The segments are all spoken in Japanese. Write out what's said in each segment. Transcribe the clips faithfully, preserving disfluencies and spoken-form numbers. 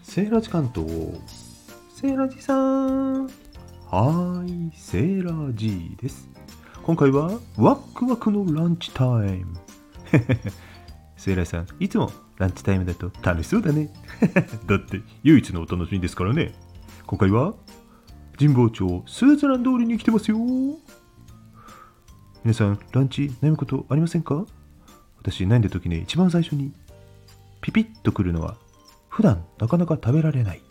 セーラジ関東。セーラジさん。はーい、セーラジです。今回はワクワクのランチタイム。セーラジさん、いつもランチタイムだと楽しそうだね。だって唯一のお楽しみですからね。今回は神保町スーズラン通りに来てますよ。皆さん、ランチ悩むことありませんか？私悩んだ時ね、一番最初にピピッとくるのは普段なかなか食べられない。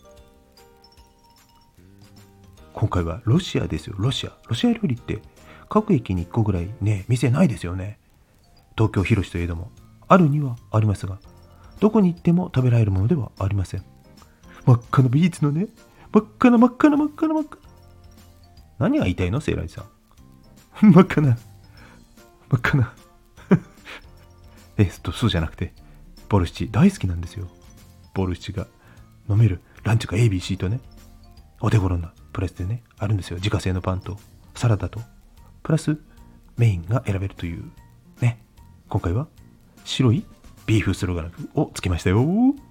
今回はロシアですよ。ロシアロシア料理って各駅にいっこぐらいね、店ないですよね。東京広しといえどもあるにはありますが、どこに行っても食べられるものではありません。真っ赤なビーツのね、真っ赤な真っ赤な真っ赤な真っ赤な。何が言いたいのセイライさん。真っ赤な真っ赤なえっとそうじゃなくて、ボルシチ大好きなんですよ。ボルシチが飲めるランチが エービーシー とね、お手頃なプライスでね、あるんですよ。自家製のパンとサラダとプラスメインが選べるというね。今回は白いビーフストロガノフをつけましたよ。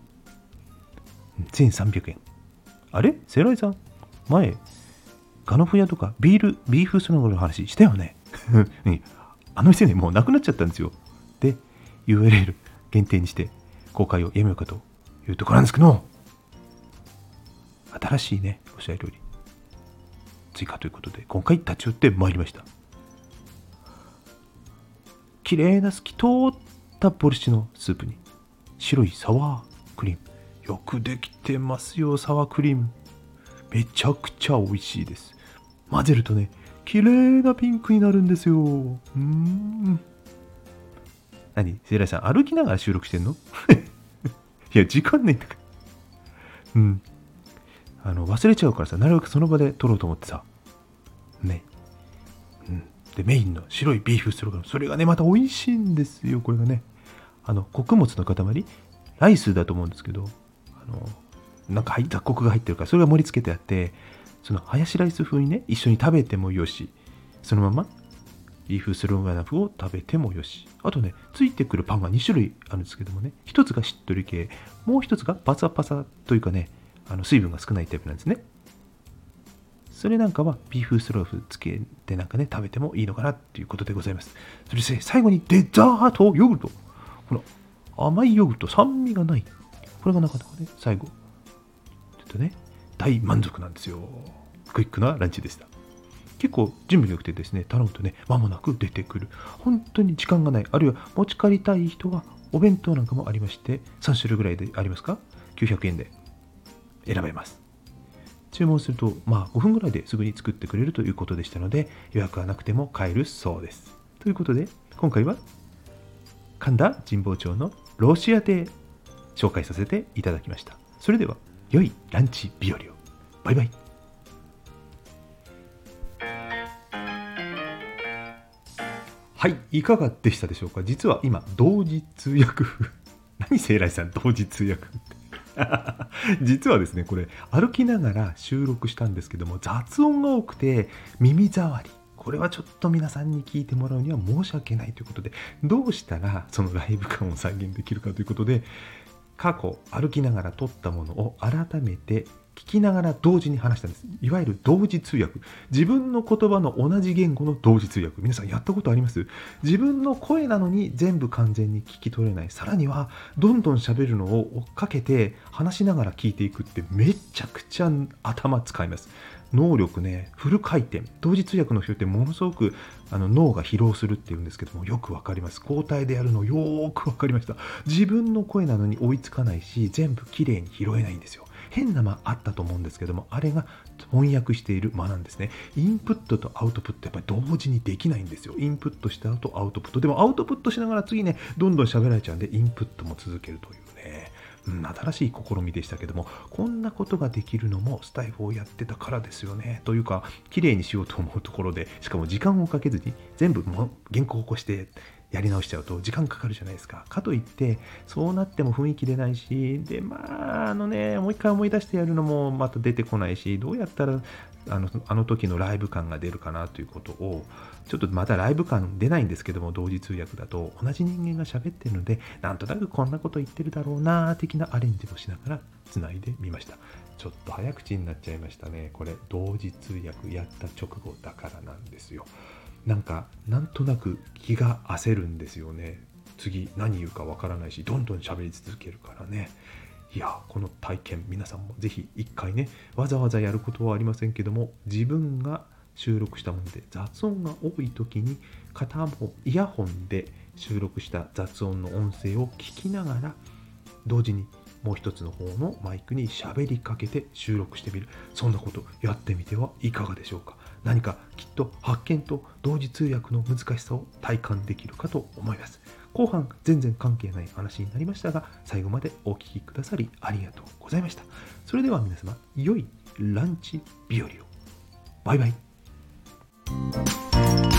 せんさんびゃくえん。あれセイライさん、前ガノフ屋とかビールビーフストロガノフの話したよね。あの店ね、もうなくなっちゃったんですよ。で ユーアールエル 限定にして公開をやめようかというところなんですけど、新しいね、ロシア料理追加ということで、今回立ち寄ってまいりました。綺麗な透き通ったボルシチのスープに白いサワークリーム。よくできてますよ、サワークリーム。めちゃくちゃ美味しいです。混ぜるとね、綺麗なピンクになるんですよ。うーん。何セイライさん、歩きながら収録してんの？いや、時間ないんだから。うん。あの、忘れちゃうからさ、なるべくその場で撮ろうと思ってさ。ね。うん。で、メインの白いビーフストロガノフ。それがね、また美味しいんですよ、これがね。あの、穀物の塊ライスだと思うんですけど、あの、なんか雑穀が入ってるから、それが盛り付けてあって、そのハヤシライス風にね、一緒に食べてもよし、そのままビーフストロガノフを食べてもよし。あとね、ついてくるパンがに種類あるんですけどもね、一つがしっとり系、もう一つがパサパサというかね、あの水分が少ないタイプなんですね。それなんかはビーフストロガノフつけてなんかね、食べてもいいのかなっていうことでございます。それで最後にデザートヨーグルト。この甘いヨーグルト、酸味がない。これがなかなかね、最後、ちょっとね、大満足なんですよ。クイックなランチでした。結構準備が良くてですね、頼むとね、間もなく出てくる。本当に時間がない。あるいは持ち帰りたい人は、お弁当なんかもありまして、さん種類ぐらいでありますか？ きゅうひゃくえんで選べます。注文すると、まあごふんぐらいですぐに作ってくれるということでしたので、予約はなくても買えるそうです。ということで、今回は神田神保町のロシア亭紹介させていただきました。それでは、良いランチ日和を。バイバイ。はい、いかがでしたでしょうか。実は今、同時通訳風。何セイライさん、同時通訳って。実はですね、これ、歩きながら収録したんですけども、雑音が多くて耳障り。これはちょっと皆さんに聞いてもらうには申し訳ないということで、どうしたらそのライブ感を再現できるかということで、過去歩きながら撮ったものを改めて聞きながら同時に話したんです。いわゆる同時通訳。自分の言葉の同じ言語の同時通訳。皆さんやったことあります？自分の声なのに全部完全に聞き取れない。さらにはどんどん喋るのを追っかけて話しながら聞いていくってめちゃくちゃ頭使います。能力ね、フル回転。同時通訳の人ってものすごくあの脳が疲労するっていうんですけども、よくわかります。交代でやるのよーくわかりました。自分の声なのに追いつかないし、全部きれいに拾えないんですよ。変な間あったと思うんですけども、あれが翻訳している間なんですね。インプットとアウトプットやっぱり同時にできないんですよ。インプットした後アウトプット。でもアウトプットしながら次ね、どんどん喋られちゃうんで、インプットも続けるというね。うん、新しい試みでしたけども、こんなことができるのもスタイフをやってたからですよね。というか、綺麗にしようと思うところで、しかも時間をかけずに全部も原稿を起こしてやり直しちゃうと時間かかるじゃないですか。かといってそうなっても雰囲気出ないし、でまああのねもう一回思い出してやるのもまた出てこないし、どうやったらあのあの時のライブ感が出るかなということを、ちょっとまたライブ感出ないんですけども、同時通訳だと同じ人間が喋ってるので、なんとなくこんなこと言ってるだろうな的なアレンジもしながらつないでみました。ちょっと早口になっちゃいましたね。これ同時通訳やった直後だからなんですよ。なんかなんとなく気が焦るんですよね。次何言うかわからないし、どんどん喋り続けるからね。いや、この体験皆さんもぜひ一回ね、わざわざやることはありませんけども、自分が収録したもので雑音が多い時に片方イヤホンで収録した雑音の音声を聞きながら、同時にもう一つの方のマイクに喋りかけて収録してみる、そんなことやってみてはいかがでしょうか。何かきっと発見と同時通訳の難しさを体感できるかと思います。後半全然関係ない話になりましたが、最後までお聞きくださりありがとうございました。それでは皆様、良いランチ日和を。バイバイ。